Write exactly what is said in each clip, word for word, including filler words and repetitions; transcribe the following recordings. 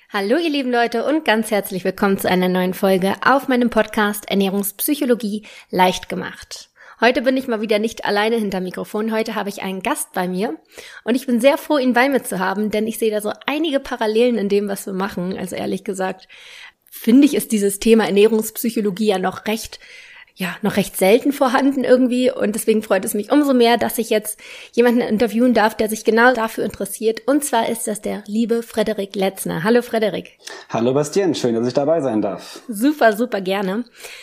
Hallo ihr lieben Leute und ganz herzlich willkommen zu einer neuen Folge auf meinem Podcast Ernährungspsychologie leicht gemacht. Heute bin ich mal wieder nicht alleine hinter Mikrofon, heute habe ich einen Gast bei mir und ich bin sehr froh, ihn bei mir zu haben, denn ich sehe da so einige Parallelen in dem, was wir machen. Also ehrlich gesagt, finde ich, ist dieses Thema Ernährungspsychologie ja noch recht ja, noch recht selten vorhanden irgendwie und deswegen freut es mich umso mehr, dass ich jetzt jemanden interviewen darf, der sich genau dafür interessiert und zwar ist das der liebe Frederik Letzner. Hallo Frederik. Hallo Bastian, schön, dass ich dabei sein darf. Super, super gerne.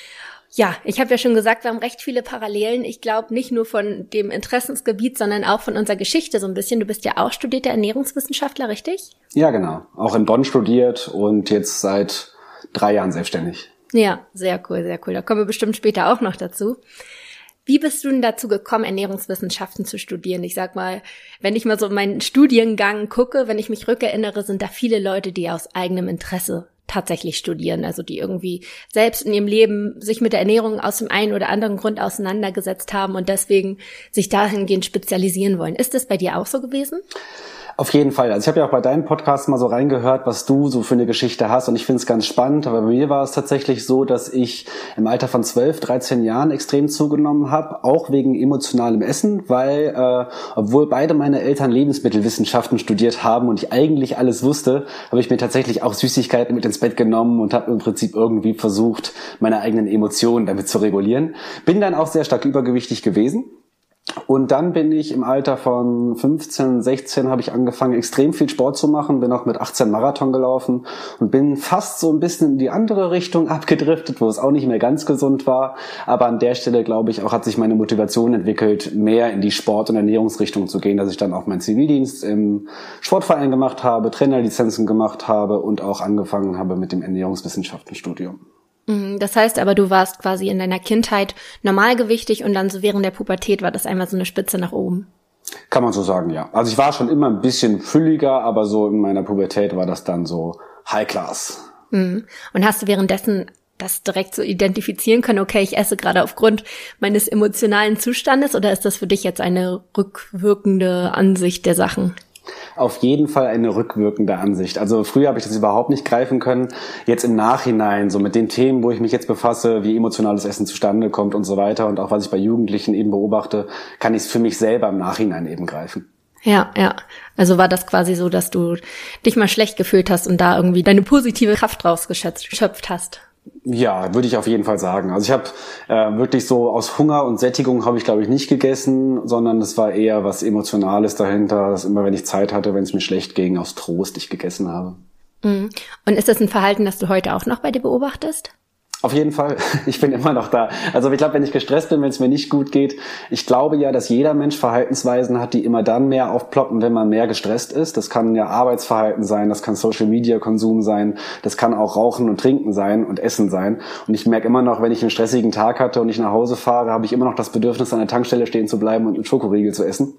Ja, ich habe ja schon gesagt, wir haben recht viele Parallelen. Ich glaube nicht nur von dem Interessensgebiet, sondern auch von unserer Geschichte so ein bisschen. Du bist ja auch studierter Ernährungswissenschaftler, richtig? Ja, genau. Auch in Bonn studiert und jetzt seit drei Jahren selbstständig. Ja, sehr cool, sehr cool. Da kommen wir bestimmt später auch noch dazu. Wie bist du denn dazu gekommen, Ernährungswissenschaften zu studieren? Ich sag mal, wenn ich mal so meinen Studiengang gucke, wenn ich mich rückerinnere, sind da viele Leute, die aus eigenem Interesse tatsächlich studieren, also die irgendwie selbst in ihrem Leben sich mit der Ernährung aus dem einen oder anderen Grund auseinandergesetzt haben und deswegen sich dahingehend spezialisieren wollen. Ist das bei dir auch so gewesen? Auf jeden Fall. Also ich habe ja auch bei deinem Podcast mal so reingehört, was du so für eine Geschichte hast und ich finde es ganz spannend, aber bei mir war es tatsächlich so, dass ich im Alter von zwölf, dreizehn Jahren extrem zugenommen habe, auch wegen emotionalem Essen, weil äh, obwohl beide meine Eltern Lebensmittelwissenschaften studiert haben und ich eigentlich alles wusste, habe ich mir tatsächlich auch Süßigkeiten mit ins Bett genommen und habe im Prinzip irgendwie versucht, meine eigenen Emotionen damit zu regulieren. Bin dann auch sehr stark übergewichtig gewesen. Und dann bin ich im Alter von fünfzehn, sechzehn habe ich angefangen, extrem viel Sport zu machen, bin auch mit achtzehn Marathon gelaufen und bin fast so ein bisschen in die andere Richtung abgedriftet, wo es auch nicht mehr ganz gesund war. Aber an der Stelle, glaube ich, auch hat sich meine Motivation entwickelt, mehr in die Sport- und Ernährungsrichtung zu gehen, dass ich dann auch meinen Zivildienst im Sportverein gemacht habe, Trainerlizenzen gemacht habe und auch angefangen habe mit dem Ernährungswissenschaftenstudium. Das heißt aber, du warst quasi in deiner Kindheit normalgewichtig und dann so während der Pubertät war das einmal so eine Spitze nach oben. Kann man so sagen, ja. Also ich war schon immer ein bisschen fülliger, aber so in meiner Pubertät war das dann so High Class. Und hast du währenddessen das direkt so identifizieren können, okay, ich esse gerade aufgrund meines emotionalen Zustandes oder ist das für dich jetzt eine rückwirkende Ansicht der Sachen? Auf jeden Fall eine rückwirkende Ansicht. Also früher habe ich das überhaupt nicht greifen können. Jetzt im Nachhinein, so mit den Themen, wo ich mich jetzt befasse, wie emotionales Essen zustande kommt und so weiter und auch was ich bei Jugendlichen eben beobachte, kann ich es für mich selber im Nachhinein eben greifen. Ja, ja. Also war das quasi so, dass du dich mal schlecht gefühlt hast und da irgendwie deine positive Kraft rausgeschöpft hast? Ja, würde ich auf jeden Fall sagen. Also ich habe äh, wirklich so aus Hunger und Sättigung habe ich, glaube ich, nicht gegessen, sondern es war eher was Emotionales dahinter, dass immer, wenn ich Zeit hatte, wenn es mir schlecht ging, aus Trost ich gegessen habe. Und ist das ein Verhalten, das du heute auch noch bei dir beobachtest? Auf jeden Fall. Ich bin immer noch da. Also ich glaube, wenn ich gestresst bin, wenn es mir nicht gut geht, ich glaube ja, dass jeder Mensch Verhaltensweisen hat, die immer dann mehr aufploppen, wenn man mehr gestresst ist. Das kann ja Arbeitsverhalten sein, das kann Social-Media-Konsum sein, das kann auch Rauchen und Trinken sein und Essen sein. Und ich merke immer noch, wenn ich einen stressigen Tag hatte und ich nach Hause fahre, habe ich immer noch das Bedürfnis, an der Tankstelle stehen zu bleiben und einen Schokoriegel zu essen.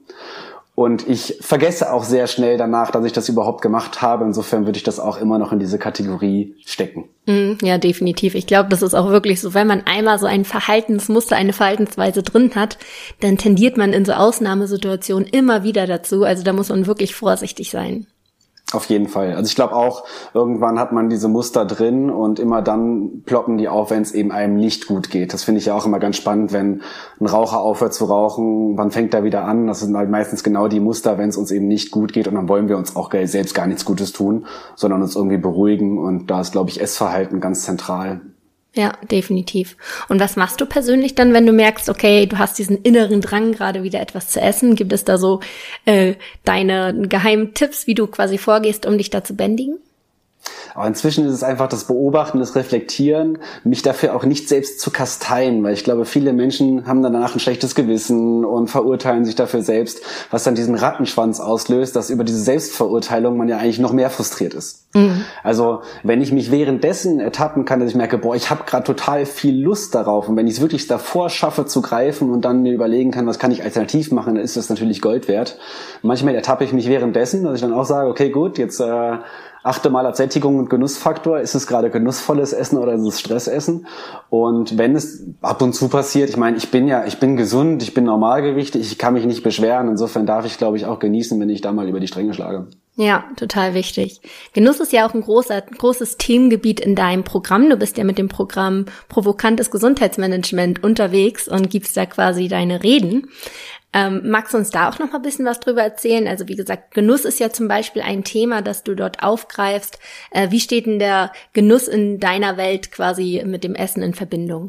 Und ich vergesse auch sehr schnell danach, dass ich das überhaupt gemacht habe. Insofern würde ich das auch immer noch in diese Kategorie stecken. Ja, definitiv. Ich glaube, das ist auch wirklich so, wenn man einmal so ein Verhaltensmuster, eine Verhaltensweise drin hat, dann tendiert man in so Ausnahmesituationen immer wieder dazu. Also da muss man wirklich vorsichtig sein. Auf jeden Fall. Also ich glaube auch, irgendwann hat man diese Muster drin und immer dann ploppen die auf, wenn es eben einem nicht gut geht. Das finde ich ja auch immer ganz spannend, wenn ein Raucher aufhört zu rauchen, wann fängt er wieder an? Das sind halt meistens genau die Muster, wenn es uns eben nicht gut geht und dann wollen wir uns auch selbst gar nichts Gutes tun, sondern uns irgendwie beruhigen und da ist, glaube ich, Essverhalten ganz zentral. Ja, definitiv. Und was machst du persönlich dann, wenn du merkst, okay, du hast diesen inneren Drang, gerade wieder etwas zu essen? Gibt es da so äh, deine geheimen Tipps, wie du quasi vorgehst, um dich da zu bändigen? Aber inzwischen ist es einfach das Beobachten, das Reflektieren, mich dafür auch nicht selbst zu kasteien, weil ich glaube, viele Menschen haben danach ein schlechtes Gewissen und verurteilen sich dafür selbst, was dann diesen Rattenschwanz auslöst, dass über diese Selbstverurteilung man ja eigentlich noch mehr frustriert ist. Mhm. Also wenn ich mich währenddessen ertappen kann, dass ich merke, boah, ich habe gerade total viel Lust darauf und wenn ich es wirklich davor schaffe zu greifen und dann mir überlegen kann, was kann ich alternativ machen, dann ist das natürlich Gold wert. Manchmal ertappe ich mich währenddessen, dass ich dann auch sage, okay, gut, jetzt äh, achte mal auf Sättigung und Genussfaktor. Ist es gerade genussvolles Essen oder ist es Stressessen? Und wenn es ab und zu passiert, ich meine, ich bin ja, ich bin gesund, ich bin normalgewichtig, ich kann mich nicht beschweren. Insofern darf ich, glaube ich, auch genießen, wenn ich da mal über die Stränge schlage. Ja, total wichtig. Genuss ist ja auch ein großer, großes Themengebiet in deinem Programm. Du bist ja mit dem Programm Provokantes Gesundheitsmanagement unterwegs und gibst da quasi deine Reden. Ähm, magst du uns da auch noch mal ein bisschen was drüber erzählen? Also wie gesagt, Genuss ist ja zum Beispiel ein Thema, das du dort aufgreifst. Äh, wie steht denn der Genuss in deiner Welt quasi mit dem Essen in Verbindung?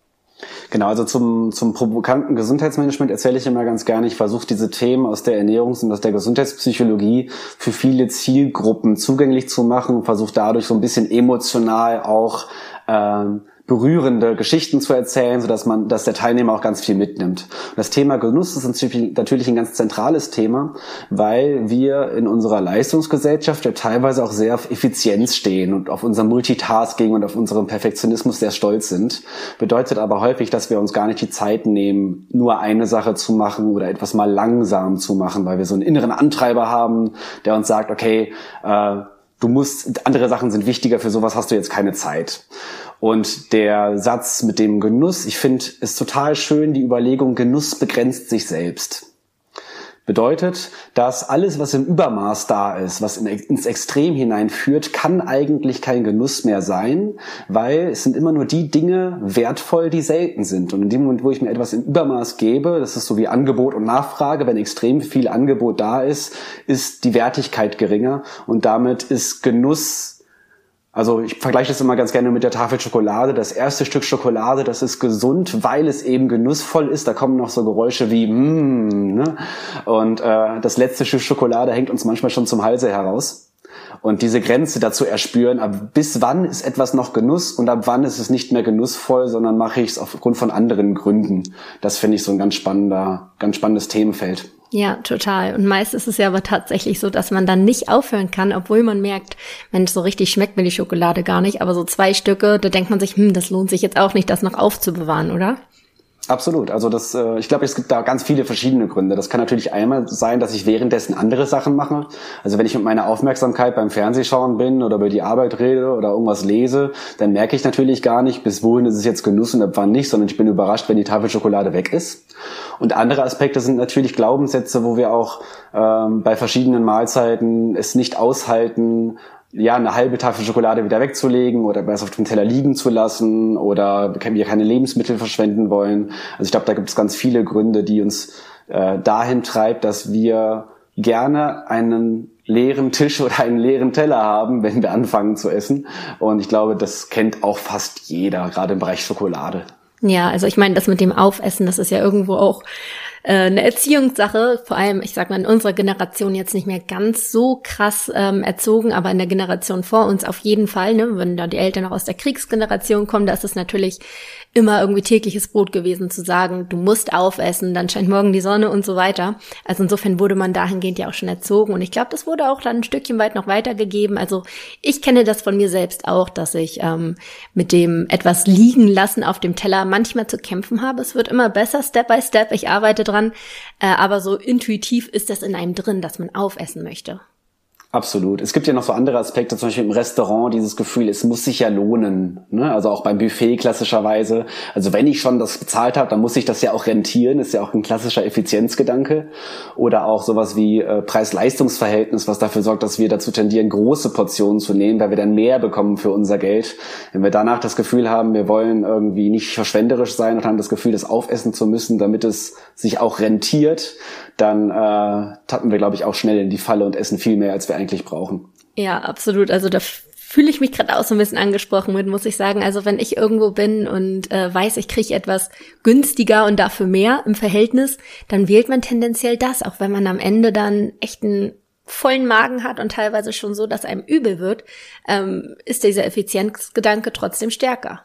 Genau, also zum, zum provokanten Gesundheitsmanagement erzähle ich immer ganz gerne. Ich versuche diese Themen aus der Ernährungs- und aus der Gesundheitspsychologie für viele Zielgruppen zugänglich zu machen, versuche dadurch so ein bisschen emotional auch ähm, berührende Geschichten zu erzählen, sodass man, dass der Teilnehmer auch ganz viel mitnimmt. Und das Thema Genuss ist natürlich ein ganz zentrales Thema, weil wir in unserer Leistungsgesellschaft ja teilweise auch sehr auf Effizienz stehen und auf unser Multitasking und auf unseren Perfektionismus sehr stolz sind. Bedeutet aber häufig, dass wir uns gar nicht die Zeit nehmen, nur eine Sache zu machen oder etwas mal langsam zu machen, weil wir so einen inneren Antreiber haben, der uns sagt, okay, äh, du musst, andere Sachen sind wichtiger, für sowas hast du jetzt keine Zeit. Und der Satz mit dem Genuss, ich finde, ist total schön, die Überlegung, Genuss begrenzt sich selbst. Bedeutet, dass alles, was im Übermaß da ist, was in, ins Extrem hineinführt, kann eigentlich kein Genuss mehr sein, weil es sind immer nur die Dinge wertvoll, die selten sind. Und in dem Moment, wo ich mir etwas im Übermaß gebe, das ist so wie Angebot und Nachfrage, wenn extrem viel Angebot da ist, ist die Wertigkeit geringer und damit ist Genuss. Also ich vergleiche das immer ganz gerne mit der Tafel Schokolade. Das erste Stück Schokolade, das ist gesund, weil es eben genussvoll ist. Da kommen noch so Geräusche wie mm, ne? Und äh, das letzte Stück Schokolade hängt uns manchmal schon zum Halse heraus. Und diese Grenze dazu erspüren, ab bis wann ist etwas noch Genuss und ab wann ist es nicht mehr genussvoll, sondern mache ich es aufgrund von anderen Gründen. Das finde ich so ein ganz spannender, ganz spannendes Themenfeld. Ja, total. Und meist ist es ja aber tatsächlich so, dass man dann nicht aufhören kann, obwohl man merkt, Mensch, so richtig schmeckt mir die Schokolade gar nicht. Aber so zwei Stücke, da denkt man sich, hm, das lohnt sich jetzt auch nicht, das noch aufzubewahren, oder? Absolut. Also das, äh, ich glaube, es gibt da ganz viele verschiedene Gründe. Das kann natürlich einmal sein, dass ich währenddessen andere Sachen mache. Also wenn ich mit meiner Aufmerksamkeit beim Fernsehschauen bin oder über die Arbeit rede oder irgendwas lese, dann merke ich natürlich gar nicht, bis wohin ist es jetzt Genuss und ab wann nicht, sondern ich bin überrascht, wenn die Tafel Schokolade weg ist. Und andere Aspekte sind natürlich Glaubenssätze, wo wir auch ähm, bei verschiedenen Mahlzeiten es nicht aushalten, ja, eine halbe Tafel Schokolade wieder wegzulegen oder es auf dem Teller liegen zu lassen oder wir keine Lebensmittel verschwenden wollen. Also ich glaube, da gibt es ganz viele Gründe, die uns äh, dahin treibt, dass wir gerne einen leeren Tisch oder einen leeren Teller haben, wenn wir anfangen zu essen. Und ich glaube, das kennt auch fast jeder, gerade im Bereich Schokolade. Ja, also ich meine, das mit dem Aufessen, das ist ja irgendwo auch äh, eine Erziehungssache. Vor allem, ich sag mal, in unserer Generation jetzt nicht mehr ganz so krass ähm, erzogen, aber in der Generation vor uns auf jeden Fall. Ne? Wenn da die Eltern noch aus der Kriegsgeneration kommen, da ist es natürlich immer irgendwie tägliches Brot gewesen, zu sagen, du musst aufessen, dann scheint morgen die Sonne und so weiter. Also insofern wurde man dahingehend ja auch schon erzogen. Und ich glaube, das wurde auch dann ein Stückchen weit noch weitergegeben. Also ich kenne das von mir selbst auch, dass ich ähm, mit dem etwas liegen lassen auf dem Teller manchmal zu kämpfen habe. Es wird immer besser, Step by Step. Ich arbeite dran. Äh, aber so intuitiv ist das in einem drin, dass man aufessen möchte. Absolut. Es gibt ja noch so andere Aspekte, zum Beispiel im Restaurant dieses Gefühl, es muss sich ja lohnen. Ne? Also auch beim Buffet klassischerweise. Also wenn ich schon das bezahlt habe, dann muss ich das ja auch rentieren. Das ist ja auch ein klassischer Effizienzgedanke. Oder auch sowas wie äh, Preis-Leistungs-Verhältnis, was dafür sorgt, dass wir dazu tendieren, große Portionen zu nehmen, weil wir dann mehr bekommen für unser Geld. Wenn wir danach das Gefühl haben, wir wollen irgendwie nicht verschwenderisch sein und haben das Gefühl, das aufessen zu müssen, damit es sich auch rentiert, dann äh, tappen wir, glaube ich, auch schnell in die Falle und essen viel mehr, als wir eigentlich brauchen. Ja, absolut. Also da fühle ich mich gerade auch so ein bisschen angesprochen mit, muss ich sagen. Also wenn ich irgendwo bin und äh, weiß, ich kriege etwas günstiger und dafür mehr im Verhältnis, dann wählt man tendenziell das, auch wenn man am Ende dann echt einen vollen Magen hat und teilweise schon so, dass einem übel wird, ähm, ist dieser Effizienzgedanke trotzdem stärker.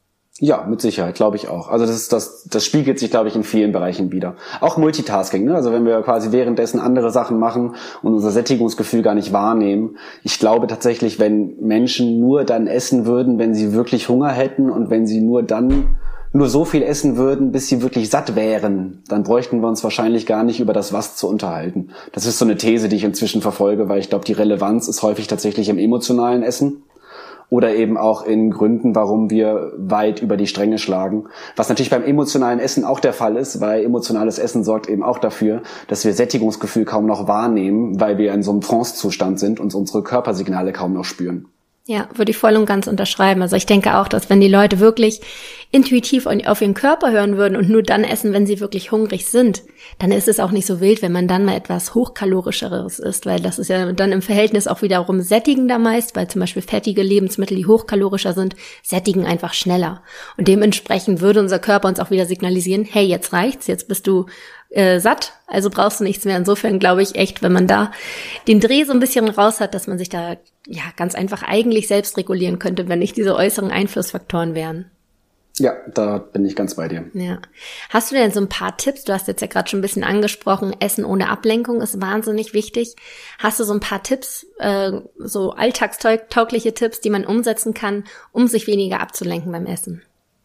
Ja, mit Sicherheit, glaube ich auch. Also das ist das, das spiegelt sich, glaube ich, in vielen Bereichen wieder. Auch Multitasking, ne? Also wenn wir quasi währenddessen andere Sachen machen und unser Sättigungsgefühl gar nicht wahrnehmen. Ich glaube tatsächlich, wenn Menschen nur dann essen würden, wenn sie wirklich Hunger hätten und wenn sie nur dann nur so viel essen würden, bis sie wirklich satt wären, dann bräuchten wir uns wahrscheinlich gar nicht über das Was zu unterhalten. Das ist so eine These, die ich inzwischen verfolge, weil ich glaube, die Relevanz ist häufig tatsächlich im emotionalen Essen. oder eben auch in Gründen, warum wir weit über die Stränge schlagen. Was natürlich beim emotionalen Essen auch der Fall ist, weil emotionales Essen sorgt eben auch dafür, dass wir Sättigungsgefühl kaum noch wahrnehmen, weil wir in so einem Trance-Zustand sind und unsere Körpersignale kaum noch spüren. Ja, würde ich voll und ganz unterschreiben. Also ich denke auch, dass wenn die Leute wirklich intuitiv auf ihren Körper hören würden und nur dann essen, wenn sie wirklich hungrig sind, dann ist es auch nicht so wild, wenn man dann mal etwas Hochkalorischeres isst, weil das ist ja dann im Verhältnis auch wiederum sättigender meist, weil zum Beispiel fettige Lebensmittel, die hochkalorischer sind, sättigen einfach schneller. Und dementsprechend würde unser Körper uns auch wieder signalisieren, hey, jetzt reicht's, jetzt bist du äh, satt, also brauchst du nichts mehr. Insofern glaube ich echt, wenn man da den Dreh so ein bisschen raus hat, dass man sich da ja ganz einfach eigentlich selbst regulieren könnte, wenn nicht diese äußeren Einflussfaktoren wären. Ja, da bin ich ganz bei dir. Ja. Hast du denn so ein paar Tipps? Du hast jetzt ja gerade schon ein bisschen angesprochen, Essen ohne Ablenkung ist wahnsinnig wichtig. Hast du so ein paar Tipps, äh, so alltagstaugliche Tipps, die man umsetzen kann, um sich weniger abzulenken beim Essen?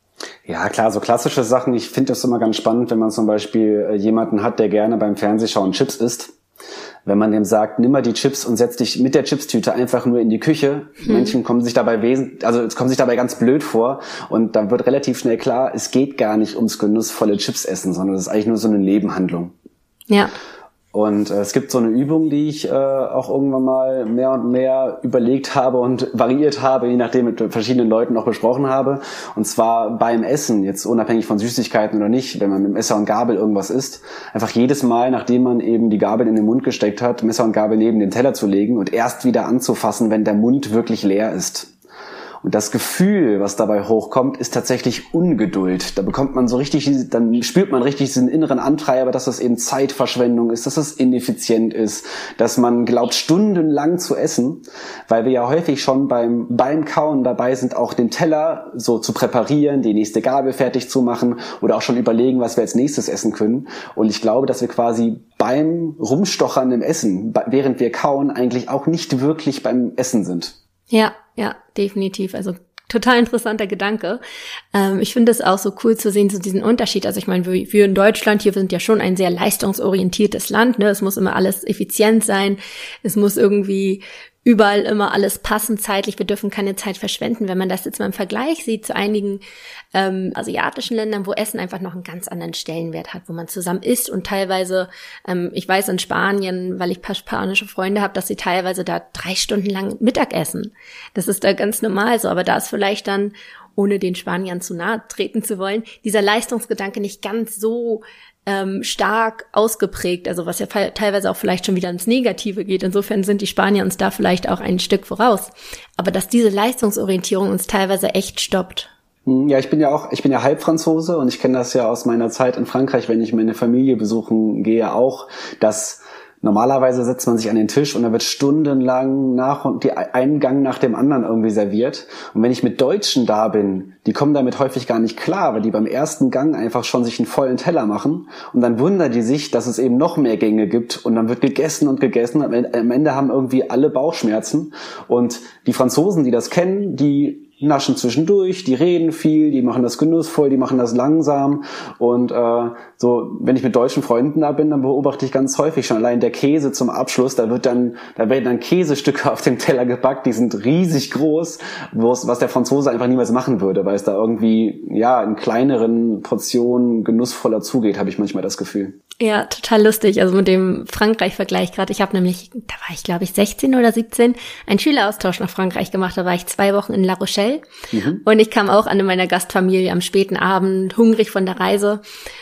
Ja, klar, so klassische Sachen. Ich finde das immer ganz spannend, wenn man zum Beispiel jemanden hat, der gerne beim Fernsehschauen Chips isst. Wenn man dem sagt, nimm mal die Chips und setz dich mit der Chipstüte einfach nur in die Küche. Hm. Menschen kommen sich dabei wesen, also es kommen sich dabei ganz blöd vor und dann wird relativ schnell klar, es geht gar nicht ums genussvolle Chips essen, sondern es ist eigentlich nur so eine Nebenhandlung. Ja. Und äh, es gibt so eine Übung, die ich äh, auch irgendwann mal mehr und mehr überlegt habe und variiert habe, je nachdem mit verschiedenen Leuten auch besprochen habe. Und zwar beim Essen, jetzt unabhängig von Süßigkeiten oder nicht, wenn man mit Messer und Gabel irgendwas isst, einfach jedes Mal, nachdem man eben die Gabel in den Mund gesteckt hat, Messer und Gabel neben den Teller zu legen und erst wieder anzufassen, wenn der Mund wirklich leer ist. Und das Gefühl, was dabei hochkommt, ist tatsächlich Ungeduld. Da bekommt man so richtig, dann spürt man richtig diesen inneren Antreiber, dass das eben Zeitverschwendung ist, dass es ineffizient ist, dass man glaubt, stundenlang zu essen, weil wir ja häufig schon beim, beim Kauen dabei sind, auch den Teller so zu präparieren, die nächste Gabel fertig zu machen oder auch schon überlegen, was wir als nächstes essen können. Und ich glaube, dass wir quasi beim Rumstochern im Essen, während wir kauen, eigentlich auch nicht wirklich beim Essen sind. Ja, ja, definitiv. Also total interessanter Gedanke. Ähm, ich finde es auch so cool zu sehen, so diesen Unterschied. Also ich meine, wir, wir in Deutschland, hier sind ja schon ein sehr leistungsorientiertes Land, ne? Es muss immer alles effizient sein. Es muss irgendwie überall immer alles passen zeitlich. Wir dürfen keine Zeit verschwenden. Wenn man das jetzt mal im Vergleich sieht zu einigen ähm, asiatischen Ländern, wo Essen einfach noch einen ganz anderen Stellenwert hat, wo man zusammen isst und teilweise, ähm, ich weiß in Spanien, weil ich paar spanische Freunde habe, dass sie teilweise da drei Stunden lang Mittag essen. Das ist da ganz normal so, aber da ist vielleicht dann, ohne den Spaniern zu nahe treten zu wollen, dieser Leistungsgedanke nicht ganz so ähm, stark ausgeprägt, also was ja teilweise auch vielleicht schon wieder ins Negative geht. Insofern sind die Spanier uns da vielleicht auch ein Stück voraus. Aber dass diese Leistungsorientierung uns teilweise echt stoppt. Ja, ich bin ja auch, ich bin ja Halbfranzose und ich kenne das ja aus meiner Zeit in Frankreich, wenn ich meine Familie besuchen gehe auch, dass normalerweise setzt man sich an den Tisch und da wird stundenlang nach und die einen Gang nach dem anderen irgendwie serviert. Und wenn ich mit Deutschen da bin, die kommen damit häufig gar nicht klar, weil die beim ersten Gang einfach schon sich einen vollen Teller machen und dann wundern die sich, dass es eben noch mehr Gänge gibt und dann wird gegessen und gegessen. Am Ende haben irgendwie alle Bauchschmerzen und die Franzosen, die das kennen, die naschen zwischendurch, die reden viel, die machen das genussvoll, die machen das langsam und äh, so, wenn ich mit deutschen Freunden da bin, dann beobachte ich ganz häufig schon allein der Käse zum Abschluss, da wird dann, da werden dann Käsestücke auf dem Teller gepackt, die sind riesig groß, was der Franzose einfach niemals machen würde, weil es da irgendwie, ja, in kleineren Portionen genussvoller zugeht, habe ich manchmal das Gefühl. Ja, total lustig, also mit dem Frankreich-Vergleich gerade. Ich habe nämlich, da war ich glaube ich sechzehn oder siebzehn, einen Schüleraustausch nach Frankreich gemacht, da war ich zwei Wochen in La Rochelle mhm. und ich kam auch an in meiner Gastfamilie am späten Abend, hungrig von der Reise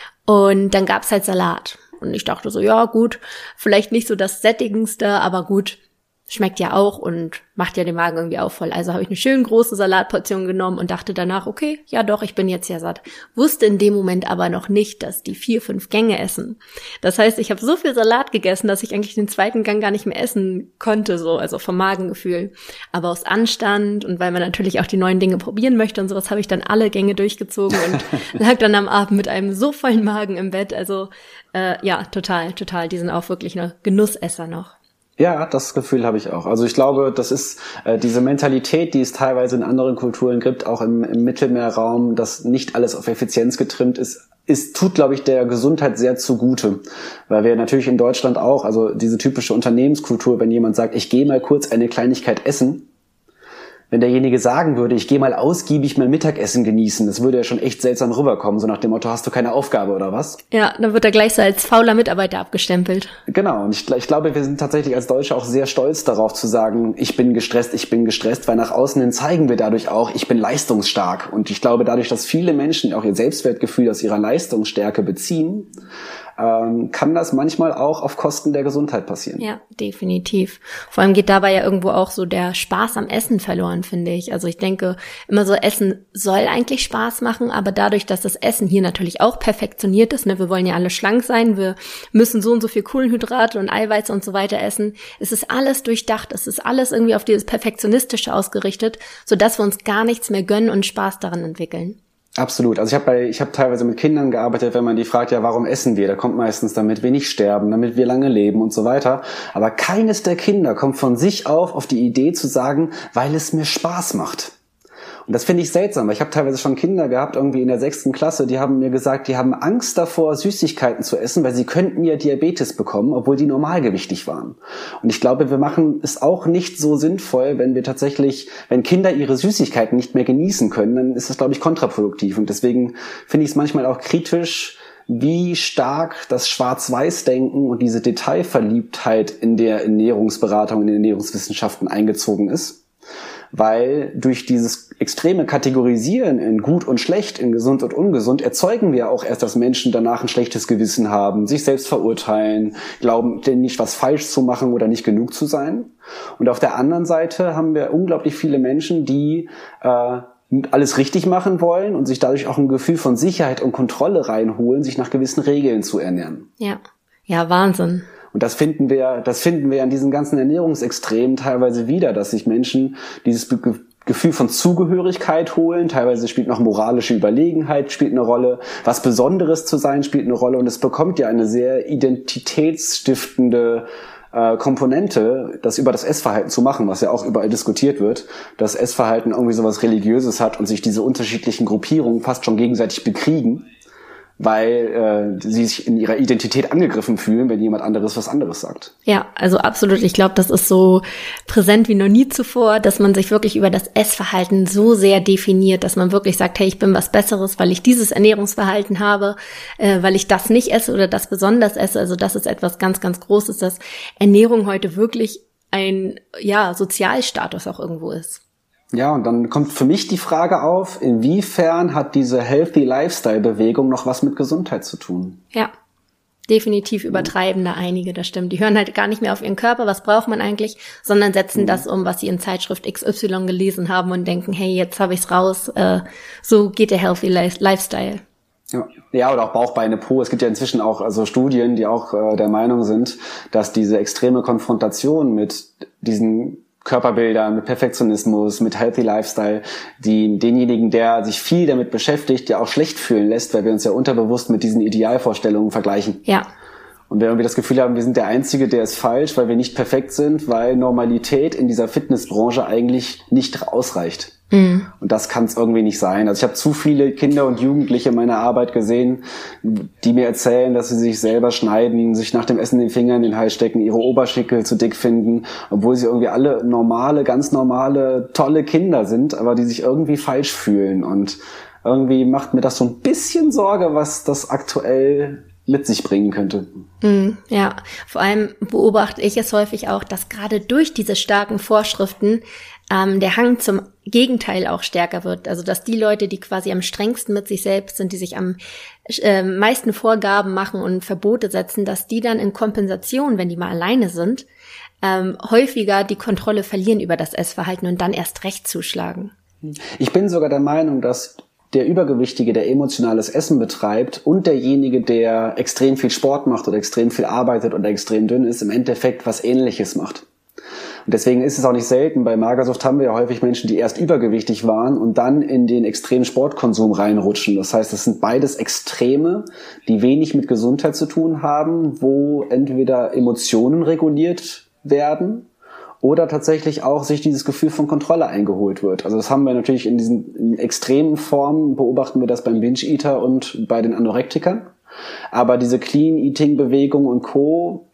und dann gab's halt Salat und ich dachte so, ja gut, vielleicht nicht so das Sättigendste, aber gut, schmeckt ja auch und macht ja den Magen irgendwie auch voll. Also habe ich eine schön große Salatportion genommen und dachte danach, okay, ja doch, ich bin jetzt ja satt. Wusste in dem Moment aber noch nicht, dass die vier, fünf Gänge essen. Das heißt, ich habe so viel Salat gegessen, dass ich eigentlich den zweiten Gang gar nicht mehr essen konnte, so, also vom Magengefühl. Aber aus Anstand und weil man natürlich auch die neuen Dinge probieren möchte und sowas, habe ich dann alle Gänge durchgezogen und lag dann am Abend mit einem so vollen Magen im Bett. Also äh, ja, total, total. Die sind auch wirklich eine Genussesser noch. Ja, das Gefühl habe ich auch. Also ich glaube, das ist äh, diese Mentalität, die es teilweise in anderen Kulturen gibt, auch im, im Mittelmeerraum, dass nicht alles auf Effizienz getrimmt ist, ist tut, glaube ich, der Gesundheit sehr zugute. Weil wir natürlich in Deutschland auch, also diese typische Unternehmenskultur, wenn jemand sagt, ich gehe mal kurz eine Kleinigkeit essen, wenn derjenige sagen würde, ich gehe mal ausgiebig mein Mittagessen genießen, das würde ja schon echt seltsam rüberkommen, so nach dem Motto, hast du keine Aufgabe oder was? Ja, dann wird er gleich so als fauler Mitarbeiter abgestempelt. Genau, und ich, ich glaube, wir sind tatsächlich als Deutsche auch sehr stolz darauf zu sagen, ich bin gestresst, ich bin gestresst, weil nach außen hin zeigen wir dadurch auch, ich bin leistungsstark. Und ich glaube, dadurch, dass viele Menschen auch ihr Selbstwertgefühl aus ihrer Leistungsstärke beziehen, ähm, kann das manchmal auch auf Kosten der Gesundheit passieren. Ja, definitiv. Vor allem geht dabei ja irgendwo auch so der Spaß am Essen verloren, finde ich. Also ich denke, immer so Essen soll eigentlich Spaß machen, aber dadurch, dass das Essen hier natürlich auch perfektioniert ist, ne, wir wollen ja alle schlank sein, wir müssen so und so viel Kohlenhydrate und Eiweiß und so weiter essen, es ist alles durchdacht, es ist alles irgendwie auf dieses Perfektionistische ausgerichtet, sodass wir uns gar nichts mehr gönnen und Spaß daran entwickeln. Absolut. Also ich habe bei, ich habe teilweise mit Kindern gearbeitet, wenn man die fragt, ja, warum essen wir? Da kommt meistens, damit wir nicht sterben, damit wir lange leben und so weiter. Aber keines der Kinder kommt von sich auf auf die Idee zu sagen, weil es mir Spaß macht. Und das finde ich seltsam, weil ich habe teilweise schon Kinder gehabt, irgendwie in der sechsten Klasse, die haben mir gesagt, die haben Angst davor, Süßigkeiten zu essen, weil sie könnten ja Diabetes bekommen, obwohl die normalgewichtig waren. Und ich glaube, wir machen es auch nicht so sinnvoll, wenn wir tatsächlich, wenn Kinder ihre Süßigkeiten nicht mehr genießen können, dann ist das, glaube ich, kontraproduktiv. Und deswegen finde ich es manchmal auch kritisch, wie stark das Schwarz-Weiß-Denken und diese Detailverliebtheit in der Ernährungsberatung, in den Ernährungswissenschaften eingezogen ist. Weil durch dieses extreme Kategorisieren in gut und schlecht, in gesund und ungesund, erzeugen wir auch erst, dass Menschen danach ein schlechtes Gewissen haben, sich selbst verurteilen, glauben, nicht was falsch zu machen oder nicht genug zu sein. Und auf der anderen Seite haben wir unglaublich viele Menschen, die äh, alles richtig machen wollen und sich dadurch auch ein Gefühl von Sicherheit und Kontrolle reinholen, sich nach gewissen Regeln zu ernähren. Ja, ja, Wahnsinn. Und das finden wir, das finden wir an diesen ganzen Ernährungsextremen teilweise wieder, dass sich Menschen dieses Be- Gefühl von Zugehörigkeit holen. Teilweise spielt noch moralische Überlegenheit, spielt eine Rolle. Was Besonderes zu sein, spielt eine Rolle. Und es bekommt ja eine sehr identitätsstiftende äh, Komponente, das über das Essverhalten zu machen, was ja auch überall diskutiert wird, dass Essverhalten irgendwie sowas Religiöses hat und sich diese unterschiedlichen Gruppierungen fast schon gegenseitig bekriegen, weil äh, sie sich in ihrer Identität angegriffen fühlen, wenn jemand anderes was anderes sagt. Ja, also absolut. Ich glaube, das ist so präsent wie noch nie zuvor, dass man sich wirklich über das Essverhalten so sehr definiert, dass man wirklich sagt, hey, ich bin was Besseres, weil ich dieses Ernährungsverhalten habe, äh, weil ich das nicht esse oder das besonders esse. Also das ist etwas ganz, ganz Großes, dass Ernährung heute wirklich ein ja Sozialstatus auch irgendwo ist. Ja, und dann kommt für mich die Frage auf, inwiefern hat diese Healthy Lifestyle-Bewegung noch was mit Gesundheit zu tun? Ja, definitiv übertreiben da einige, das stimmt. Die hören halt gar nicht mehr auf ihren Körper, was braucht man eigentlich, sondern setzen mhm. das um, was sie in Zeitschrift X Y gelesen haben und denken, hey, jetzt habe ich's raus, äh, so geht der Healthy Lifestyle. Ja. ja, oder auch Bauch, Beine, Po. Es gibt ja inzwischen auch also Studien, die auch äh, der Meinung sind, dass diese extreme Konfrontation mit diesen Körperbildern, mit Perfektionismus, mit Healthy Lifestyle, die denjenigen, der sich viel damit beschäftigt, ja auch schlecht fühlen lässt, weil wir uns ja unterbewusst mit diesen Idealvorstellungen vergleichen. Ja. Und wir irgendwie das Gefühl haben, wir sind der Einzige, der ist falsch, weil wir nicht perfekt sind, weil Normalität in dieser Fitnessbranche eigentlich nicht ausreicht. Mhm. Und das kann es irgendwie nicht sein. Also ich habe zu viele Kinder und Jugendliche in meiner Arbeit gesehen, die mir erzählen, dass sie sich selber schneiden, sich nach dem Essen den Finger in den Hals stecken, ihre Oberschenkel zu dick finden, obwohl sie irgendwie alle normale, ganz normale, tolle Kinder sind, aber die sich irgendwie falsch fühlen. Und irgendwie macht mir das so ein bisschen Sorge, was das aktuell mit sich bringen könnte. Mm, ja, vor allem beobachte ich es häufig auch, dass gerade durch diese starken Vorschriften ähm, der Hang zum Gegenteil auch stärker wird. Also dass die Leute, die quasi am strengsten mit sich selbst sind, die sich am äh, meisten Vorgaben machen und Verbote setzen, dass die dann in Kompensation, wenn die mal alleine sind, ähm, häufiger die Kontrolle verlieren über das Essverhalten und dann erst recht zuschlagen. Ich bin sogar der Meinung, dass der Übergewichtige, der emotionales Essen betreibt und derjenige, der extrem viel Sport macht oder extrem viel arbeitet oder extrem dünn ist, im Endeffekt was Ähnliches macht. Und deswegen ist es auch nicht selten, bei Magersucht haben wir ja häufig Menschen, die erst übergewichtig waren und dann in den extremen Sportkonsum reinrutschen. Das heißt, es sind beides Extreme, die wenig mit Gesundheit zu tun haben, wo entweder Emotionen reguliert werden oder tatsächlich auch sich dieses Gefühl von Kontrolle eingeholt wird. Also das haben wir natürlich in diesen in extremen Formen, beobachten wir das beim Binge-Eater und bei den Anorektikern. Aber diese Clean-Eating-Bewegung und Co.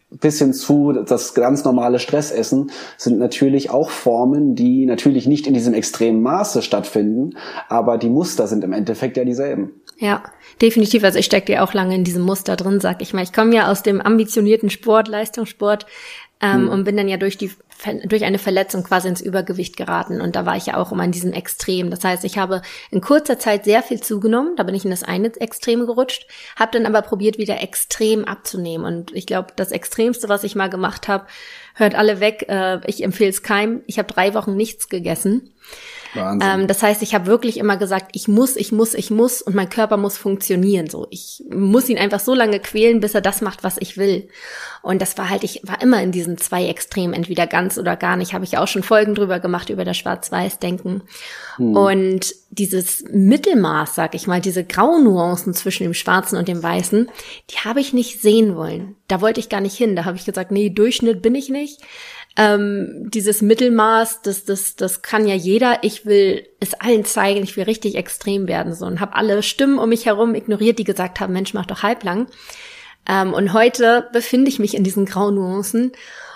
bis hin zu das ganz normale Stressessen sind natürlich auch Formen, die natürlich nicht in diesem extremen Maße stattfinden, aber die Muster sind im Endeffekt ja dieselben. Ja, definitiv. Also ich stecke ja auch lange in diesem Muster drin, sag ich mal. Ich komme ja aus dem ambitionierten Sport, Leistungssport, ähm, hm. und bin dann ja durch die durch eine Verletzung quasi ins Übergewicht geraten. Und da war ich ja auch immer in diesem Extrem. Das heißt, ich habe in kurzer Zeit sehr viel zugenommen. Da bin ich in das eine Extrem gerutscht, habe dann aber probiert, wieder extrem abzunehmen. Und ich glaube, das Extremste, was ich mal gemacht habe, hört alle weg. Äh, ich empfehle es keinem. Ich habe drei Wochen nichts gegessen. Wahnsinn. Ähm, das heißt, ich habe wirklich immer gesagt, ich muss, ich muss, ich muss und mein Körper muss funktionieren. So, ich muss ihn einfach so lange quälen, bis er das macht, was ich will. Und das war halt, ich war immer in diesen zwei Extremen, entweder ganz oder gar nicht. Habe ich auch schon Folgen drüber gemacht, über das Schwarz-Weiß-Denken. Hm. Und dieses Mittelmaß, sag ich mal, diese grauen Nuancen zwischen dem Schwarzen und dem Weißen, die habe ich nicht sehen wollen. Da wollte ich gar nicht hin. Da habe ich gesagt, nee, Durchschnitt bin ich nicht. Ähm, dieses Mittelmaß, das, das, das kann ja jeder. Ich will es allen zeigen, ich will richtig extrem werden, so, und habe alle Stimmen um mich herum ignoriert, die gesagt haben, Mensch, mach doch halblang. Ähm, und heute befinde ich mich in diesen grauen Nuancen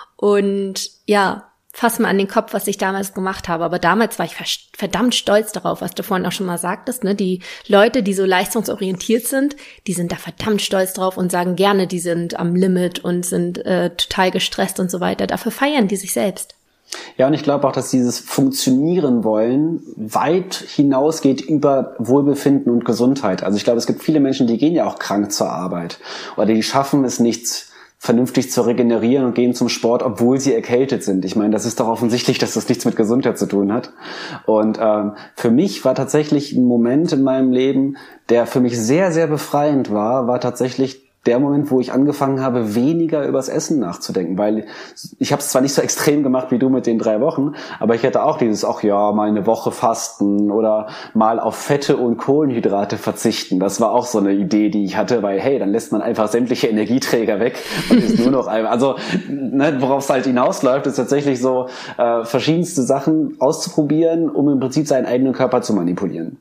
und ja, fass mal an den Kopf, was ich damals gemacht habe. Aber damals war ich verdammt stolz darauf, was du vorhin auch schon mal sagtest, ne? Die Leute, die so leistungsorientiert sind, die sind da verdammt stolz drauf und sagen gerne, die sind am Limit und sind äh, total gestresst und so weiter. Dafür feiern die sich selbst. Ja, und ich glaube auch, dass dieses Funktionieren wollen weit hinausgeht über Wohlbefinden und Gesundheit. Also ich glaube, es gibt viele Menschen, die gehen ja auch krank zur Arbeit oder die schaffen es nicht, vernünftig zu regenerieren und gehen zum Sport, obwohl sie erkältet sind. Ich meine, das ist doch offensichtlich, dass das nichts mit Gesundheit zu tun hat. Und ähm, für mich war tatsächlich ein Moment in meinem Leben, der für mich sehr, sehr befreiend war, war tatsächlich der Moment, wo ich angefangen habe, weniger übers Essen nachzudenken, weil ich habe es zwar nicht so extrem gemacht wie du mit den drei Wochen, aber ich hatte auch dieses, ach ja, mal eine Woche fasten oder mal auf Fette und Kohlenhydrate verzichten. Das war auch so eine Idee, die ich hatte, weil hey, dann lässt man einfach sämtliche Energieträger weg und ist nur noch ein, also ne, worauf es halt hinausläuft, ist tatsächlich so äh, verschiedenste Sachen auszuprobieren, um im Prinzip seinen eigenen Körper zu manipulieren.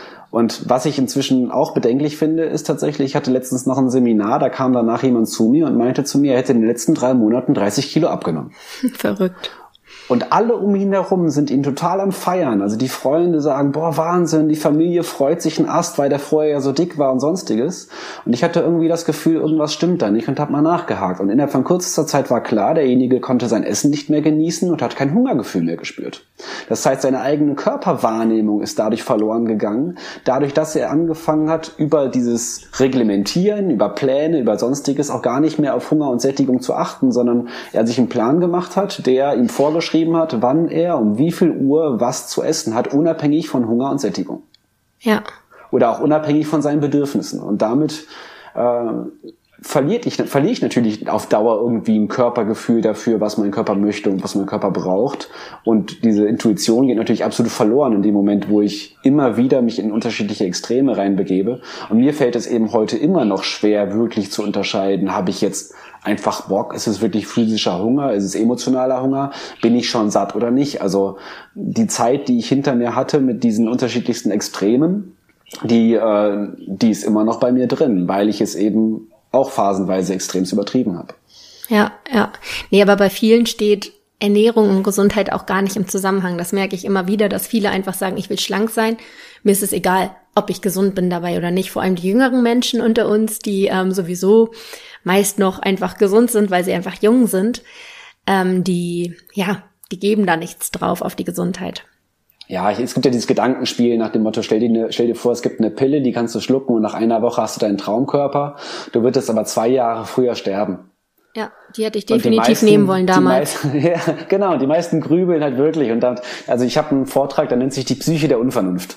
Und was ich inzwischen auch bedenklich finde, ist tatsächlich, ich hatte letztens noch ein Seminar, da kam danach jemand zu mir und meinte zu mir, er hätte in den letzten drei Monaten dreißig Kilo abgenommen. Verrückt. Und alle um ihn herum sind ihn total am Feiern. Also die Freunde sagen, boah, Wahnsinn, die Familie freut sich einen Ast, weil der vorher ja so dick war und sonstiges. Und ich hatte irgendwie das Gefühl, irgendwas stimmt da nicht und habe mal nachgehakt. Und innerhalb von kürzester Zeit war klar, derjenige konnte sein Essen nicht mehr genießen und hat kein Hungergefühl mehr gespürt. Das heißt, seine eigene Körperwahrnehmung ist dadurch verloren gegangen, dadurch, dass er angefangen hat, über dieses Reglementieren, über Pläne, über sonstiges auch gar nicht mehr auf Hunger und Sättigung zu achten, sondern er sich einen Plan gemacht hat, der ihm vorgeschrieben hat, wann er um wie viel Uhr was zu essen hat, unabhängig von Hunger und Sättigung. Ja. Oder auch unabhängig von seinen Bedürfnissen. Und damit äh, verliert ich, verliere ich natürlich auf Dauer irgendwie ein Körpergefühl dafür, was mein Körper möchte und was mein Körper braucht. Und diese Intuition geht natürlich absolut verloren in dem Moment, wo ich immer wieder mich in unterschiedliche Extreme reinbegebe. Und mir fällt es eben heute immer noch schwer, wirklich zu unterscheiden, habe ich jetzt einfach Bock, ist es wirklich physischer Hunger, ist es emotionaler Hunger, bin ich schon satt oder nicht? Also die Zeit, die ich hinter mir hatte mit diesen unterschiedlichsten Extremen, die, äh, die ist immer noch bei mir drin, weil ich es eben auch phasenweise extremst übertrieben habe. Ja, ja. Nee, aber bei vielen steht Ernährung und Gesundheit auch gar nicht im Zusammenhang. Das merke ich immer wieder, dass viele einfach sagen, ich will schlank sein. Mir ist es egal, ob ich gesund bin dabei oder nicht. Vor allem die jüngeren Menschen unter uns, die ähm, sowieso meist noch einfach gesund sind, weil sie einfach jung sind, ähm, die, ja, die geben da nichts drauf auf die Gesundheit. Ja, es gibt ja dieses Gedankenspiel nach dem Motto, stell dir, stell dir vor, es gibt eine Pille, die kannst du schlucken und nach einer Woche hast du deinen Traumkörper. Du würdest aber zwei Jahre früher sterben. Ja, die hätte ich definitiv meisten, nehmen wollen damals. Meisten, ja, genau, die meisten grübeln halt wirklich. Und dann, also ich habe einen Vortrag, der nennt sich die Psyche der Unvernunft.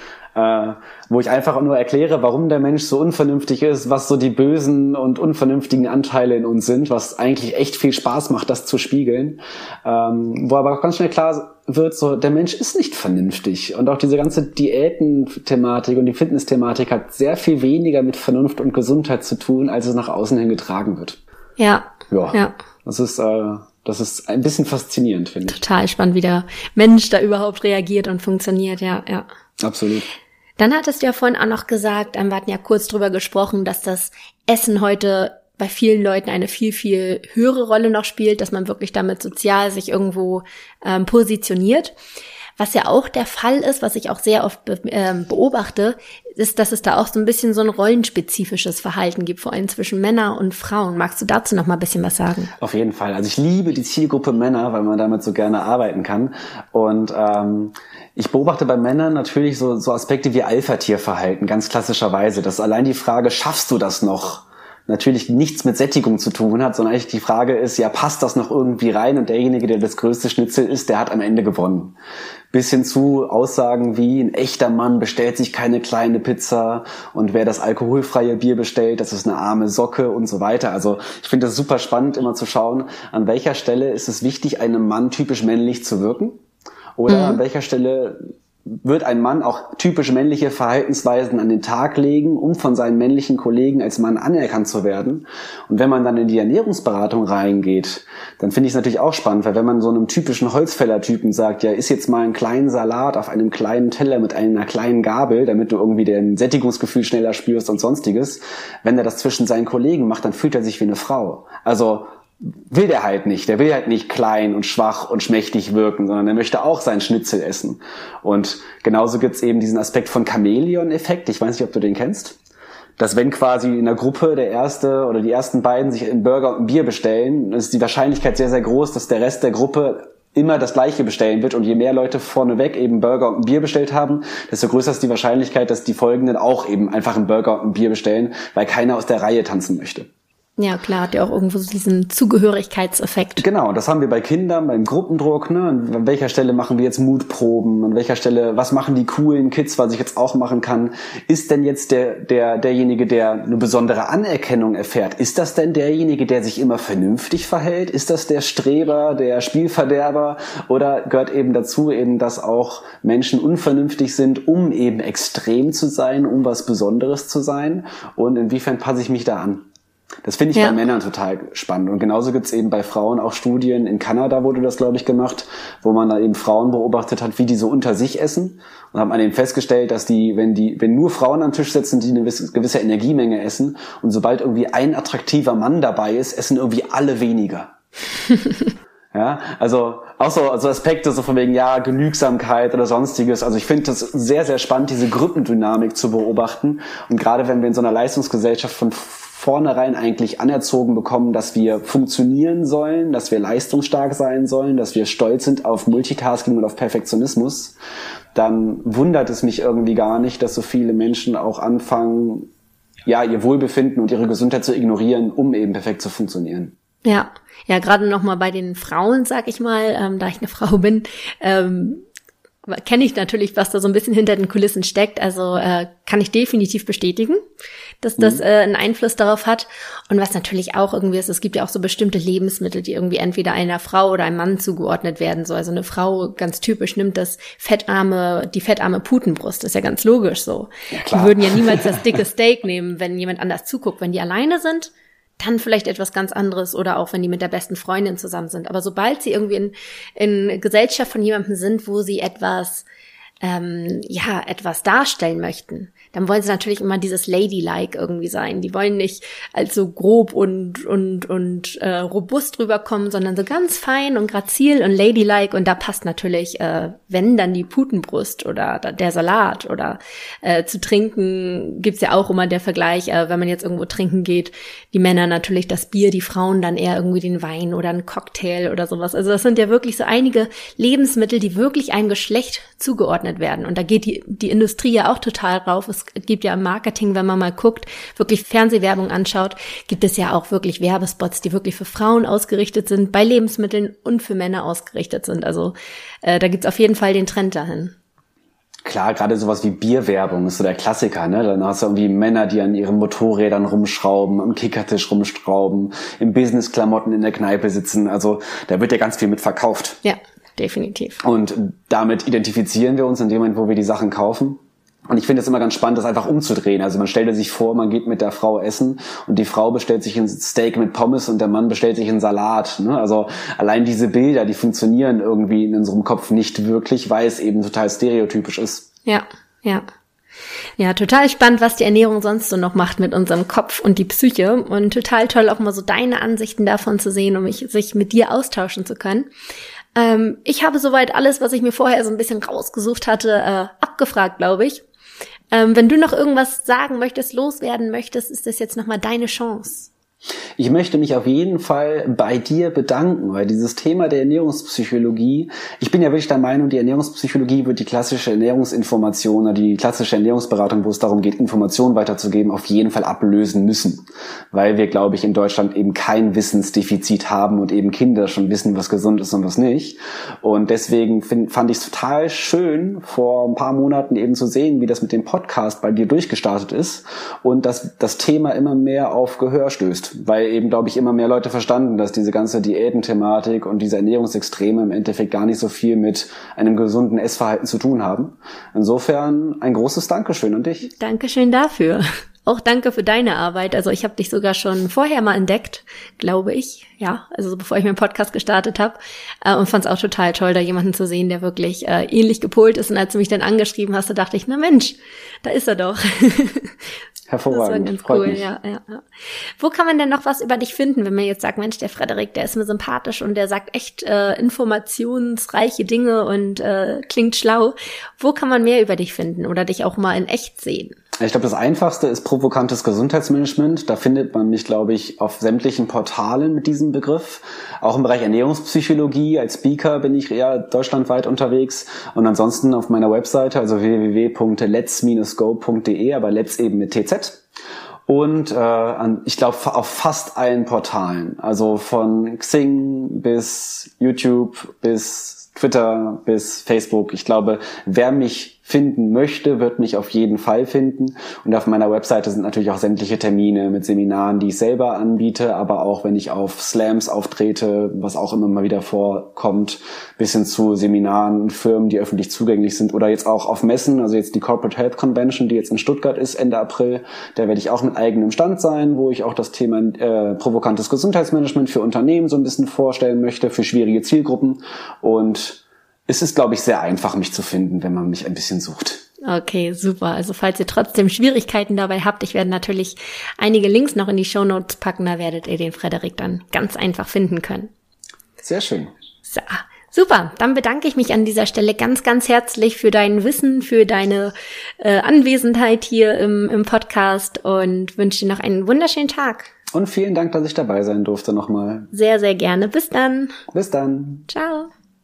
Äh, wo ich einfach nur erkläre, warum der Mensch so unvernünftig ist, was so die bösen und unvernünftigen Anteile in uns sind, was eigentlich echt viel Spaß macht, das zu spiegeln. Ähm, wo aber auch ganz schnell klar wird, so der Mensch ist nicht vernünftig. Und auch diese ganze Diäten-Thematik und die Fitness-Thematik hat sehr viel weniger mit Vernunft und Gesundheit zu tun, als es nach außen hin getragen wird. Ja. Ja. ja. Das ist, äh, das ist ein bisschen faszinierend, finde ich. Total spannend, wie der Mensch da überhaupt reagiert und funktioniert, ja, ja. Absolut. Dann hattest du ja vorhin auch noch gesagt, wir hatten ja kurz drüber gesprochen, dass das Essen heute bei vielen Leuten eine viel, viel höhere Rolle noch spielt, dass man wirklich damit sozial sich irgendwo ähm, positioniert. Was ja auch der Fall ist, was ich auch sehr oft be- ähm, beobachte, ist, dass es da auch so ein bisschen so ein rollenspezifisches Verhalten gibt, vor allem zwischen Männern und Frauen. Magst du dazu noch mal ein bisschen was sagen? Auf jeden Fall. Also ich liebe die Zielgruppe Männer, weil man damit so gerne arbeiten kann. Und ähm, ich beobachte bei Männern natürlich so, so Aspekte wie Alpha-Tier-Verhalten, ganz klassischerweise. Das ist allein die Frage, schaffst du das noch? Natürlich nichts mit Sättigung zu tun hat, sondern eigentlich die Frage ist, ja, passt das noch irgendwie rein? Und derjenige, der das größte Schnitzel ist, der hat am Ende gewonnen. Bis hin zu Aussagen wie, ein echter Mann bestellt sich keine kleine Pizza und wer das alkoholfreie Bier bestellt, das ist eine arme Socke und so weiter. Also ich finde das super spannend, immer zu schauen, an welcher Stelle ist es wichtig, einem Mann typisch männlich zu wirken oder mhm. an welcher Stelle wird ein Mann auch typisch männliche Verhaltensweisen an den Tag legen, um von seinen männlichen Kollegen als Mann anerkannt zu werden. Und wenn man dann in die Ernährungsberatung reingeht, dann finde ich es natürlich auch spannend, weil wenn man so einem typischen Holzfäller-Typen sagt, ja, iss jetzt mal einen kleinen Salat auf einem kleinen Teller mit einer kleinen Gabel, damit du irgendwie dein Sättigungsgefühl schneller spürst und sonstiges, wenn er das zwischen seinen Kollegen macht, dann fühlt er sich wie eine Frau. Also will der halt nicht. Der will halt nicht klein und schwach und schmächtig wirken, sondern er möchte auch seinen Schnitzel essen. Und genauso gibt's eben diesen Aspekt von Chamäleon-Effekt. Ich weiß nicht, ob du den kennst. Dass wenn quasi in der Gruppe der Erste oder die ersten beiden sich einen Burger und ein Bier bestellen, ist die Wahrscheinlichkeit sehr, sehr groß, dass der Rest der Gruppe immer das Gleiche bestellen wird. Und je mehr Leute vorneweg eben Burger und ein Bier bestellt haben, desto größer ist die Wahrscheinlichkeit, dass die Folgenden auch eben einfach einen Burger und ein Bier bestellen, weil keiner aus der Reihe tanzen möchte. Ja, klar, hat ja auch irgendwo so diesen Zugehörigkeitseffekt. Genau, das haben wir bei Kindern, beim Gruppendruck, ne? An welcher Stelle machen wir jetzt Mutproben? An welcher Stelle, was machen die coolen Kids, was ich jetzt auch machen kann? Ist denn jetzt der, der, derjenige, der eine besondere Anerkennung erfährt? Ist das denn derjenige, der sich immer vernünftig verhält? Ist das der Streber, der Spielverderber? Oder gehört eben dazu eben, dass auch Menschen unvernünftig sind, um eben extrem zu sein, um was Besonderes zu sein? Und inwiefern passe ich mich da an? Das finde ich ja. bei Männern total spannend. Und genauso gibt's eben bei Frauen auch Studien. In Kanada wurde das, glaube ich, gemacht, wo man da eben Frauen beobachtet hat, wie die so unter sich essen. Und hat man eben festgestellt, dass die, wenn die, wenn nur Frauen am Tisch sitzen, die eine gewisse Energiemenge essen, und sobald irgendwie ein attraktiver Mann dabei ist, essen irgendwie alle weniger. Ja, also auch so also Aspekte so von wegen, ja, Genügsamkeit oder sonstiges. Also ich finde das sehr, sehr spannend, diese Gruppendynamik zu beobachten. Und gerade wenn wir in so einer Leistungsgesellschaft von vornherein eigentlich anerzogen bekommen, dass wir funktionieren sollen, dass wir leistungsstark sein sollen, dass wir stolz sind auf Multitasking und auf Perfektionismus, dann wundert es mich irgendwie gar nicht, dass so viele Menschen auch anfangen, ja, ihr Wohlbefinden und ihre Gesundheit zu ignorieren, um eben perfekt zu funktionieren. Ja, ja, gerade nochmal bei den Frauen, sag ich mal, ähm, da ich eine Frau bin, ähm, kenne ich natürlich, was da so ein bisschen hinter den Kulissen steckt. Also äh, kann ich definitiv bestätigen, dass das äh, einen Einfluss darauf hat. Und was natürlich auch irgendwie ist, es gibt ja auch so bestimmte Lebensmittel, die irgendwie entweder einer Frau oder einem Mann zugeordnet werden. So, also eine Frau ganz typisch nimmt das fettarme, die fettarme Putenbrust. Das ist ja ganz logisch so. Ja, die würden ja niemals das dicke Steak nehmen, wenn jemand anders zuguckt. Wenn die alleine sind, dann vielleicht etwas ganz anderes, oder auch wenn die mit der besten Freundin zusammen sind. Aber sobald sie irgendwie in, in Gesellschaft von jemandem sind, wo sie etwas, ähm, ja, etwas darstellen möchten, dann wollen sie natürlich immer dieses Ladylike irgendwie sein. Die wollen nicht als so grob und und und äh, robust rüberkommen, sondern so ganz fein und grazil und ladylike. Und da passt natürlich, äh, wenn dann die Putenbrust oder der Salat oder äh, zu trinken, gibt's ja auch immer der Vergleich, äh, wenn man jetzt irgendwo trinken geht, die Männer natürlich das Bier, die Frauen dann eher irgendwie den Wein oder einen Cocktail oder sowas. Also das sind ja wirklich so einige Lebensmittel, die wirklich einem Geschlecht zugeordnet werden. Und da geht die die Industrie ja auch total rauf. Es gibt ja im Marketing, wenn man mal guckt, wirklich Fernsehwerbung anschaut, gibt es ja auch wirklich Werbespots, die wirklich für Frauen ausgerichtet sind, bei Lebensmitteln und für Männer ausgerichtet sind. Also äh, da gibt's auf jeden Fall den Trend dahin. Klar, gerade sowas wie Bierwerbung ist so der Klassiker, ne? Dann hast du irgendwie Männer, die an ihren Motorrädern rumschrauben, am Kickertisch rumschrauben, im Businessklamotten in der Kneipe sitzen. Also da wird ja ganz viel mit verkauft. Ja, definitiv. Und damit identifizieren wir uns in dem Moment, wo wir die Sachen kaufen. Und ich finde es immer ganz spannend, das einfach umzudrehen. Also man stellt sich vor, man geht mit der Frau essen und die Frau bestellt sich ein Steak mit Pommes und der Mann bestellt sich einen Salat. Ne? Also allein diese Bilder, die funktionieren irgendwie in unserem Kopf nicht wirklich, weil es eben total stereotypisch ist. Ja, ja. Ja, total spannend, was die Ernährung sonst so noch macht mit unserem Kopf und die Psyche und total toll auch mal so deine Ansichten davon zu sehen, um mich, sich mit dir austauschen zu können. Ähm, ich habe soweit alles, was ich mir vorher so ein bisschen rausgesucht hatte, äh, abgefragt, glaube ich. Ähm, wenn du noch irgendwas sagen möchtest, loswerden möchtest, ist das jetzt nochmal deine Chance. Ich möchte mich auf jeden Fall bei dir bedanken, weil dieses Thema der Ernährungspsychologie, ich bin ja wirklich der Meinung, die Ernährungspsychologie wird die klassische Ernährungsinformation oder die klassische Ernährungsberatung, wo es darum geht, Informationen weiterzugeben, auf jeden Fall ablösen müssen. Weil wir, glaube ich, in Deutschland eben kein Wissensdefizit haben und eben Kinder schon wissen, was gesund ist und was nicht. Und deswegen find, fand ich es total schön, vor ein paar Monaten eben zu sehen, wie das mit dem Podcast bei dir durchgestartet ist und dass das Thema immer mehr auf Gehör stößt. Weil eben, glaube ich, immer mehr Leute verstanden, dass diese ganze Diätenthematik und diese Ernährungsextreme im Endeffekt gar nicht so viel mit einem gesunden Essverhalten zu tun haben. Insofern ein großes Dankeschön an dich. Dankeschön dafür. Auch danke für deine Arbeit. Also ich habe dich sogar schon vorher mal entdeckt, glaube ich. Ja, also bevor ich meinen Podcast gestartet habe. Äh, und fand es auch total toll, da jemanden zu sehen, der wirklich äh, ähnlich gepolt ist. Und als du mich dann angeschrieben hast, da dachte ich, na Mensch, da ist er doch. Hervorragend. Das war ganz cool, ja, ja, ja. Wo kann man denn noch was über dich finden, wenn man jetzt sagt, Mensch, der Frederik, der ist mir sympathisch und der sagt echt äh, informationsreiche Dinge und äh, klingt schlau. Wo kann man mehr über dich finden oder dich auch mal in echt sehen? Ich glaube, das Einfachste ist provokantes Gesundheitsmanagement. Da findet man mich, glaube ich, auf sämtlichen Portalen mit diesem Begriff. Auch im Bereich Ernährungspsychologie. Als Speaker bin ich eher deutschlandweit unterwegs. Und ansonsten auf meiner Webseite, also w w w punkt lets dash go punkt d e, aber Let's eben mit T Z. Und äh, an, ich glaube, auf fast allen Portalen. Also von Xing bis YouTube bis Twitter bis Facebook. Ich glaube, wer mich finden möchte, wird mich auf jeden Fall finden. Und auf meiner Webseite sind natürlich auch sämtliche Termine mit Seminaren, die ich selber anbiete, aber auch wenn ich auf Slams auftrete, was auch immer mal wieder vorkommt, bis hin zu Seminaren, Firmen, die öffentlich zugänglich sind oder jetzt auch auf Messen, also jetzt die Corporate Health Convention, die jetzt in Stuttgart ist, Ende April, da werde ich auch mit eigenem Stand sein, wo ich auch das Thema äh, provokantes Gesundheitsmanagement für Unternehmen so ein bisschen vorstellen möchte, für schwierige Zielgruppen. Und es ist, glaube ich, sehr einfach, mich zu finden, wenn man mich ein bisschen sucht. Okay, super. Also falls ihr trotzdem Schwierigkeiten dabei habt, ich werde natürlich einige Links noch in die Shownotes packen, da werdet ihr den Frederik dann ganz einfach finden können. Sehr schön. So, super. Dann bedanke ich mich an dieser Stelle ganz, ganz herzlich für dein Wissen, für deine äh, Anwesenheit hier im, im Podcast und wünsche dir noch einen wunderschönen Tag. Und vielen Dank, dass ich dabei sein durfte nochmal. Sehr, sehr gerne. Bis dann. Bis dann. Ciao.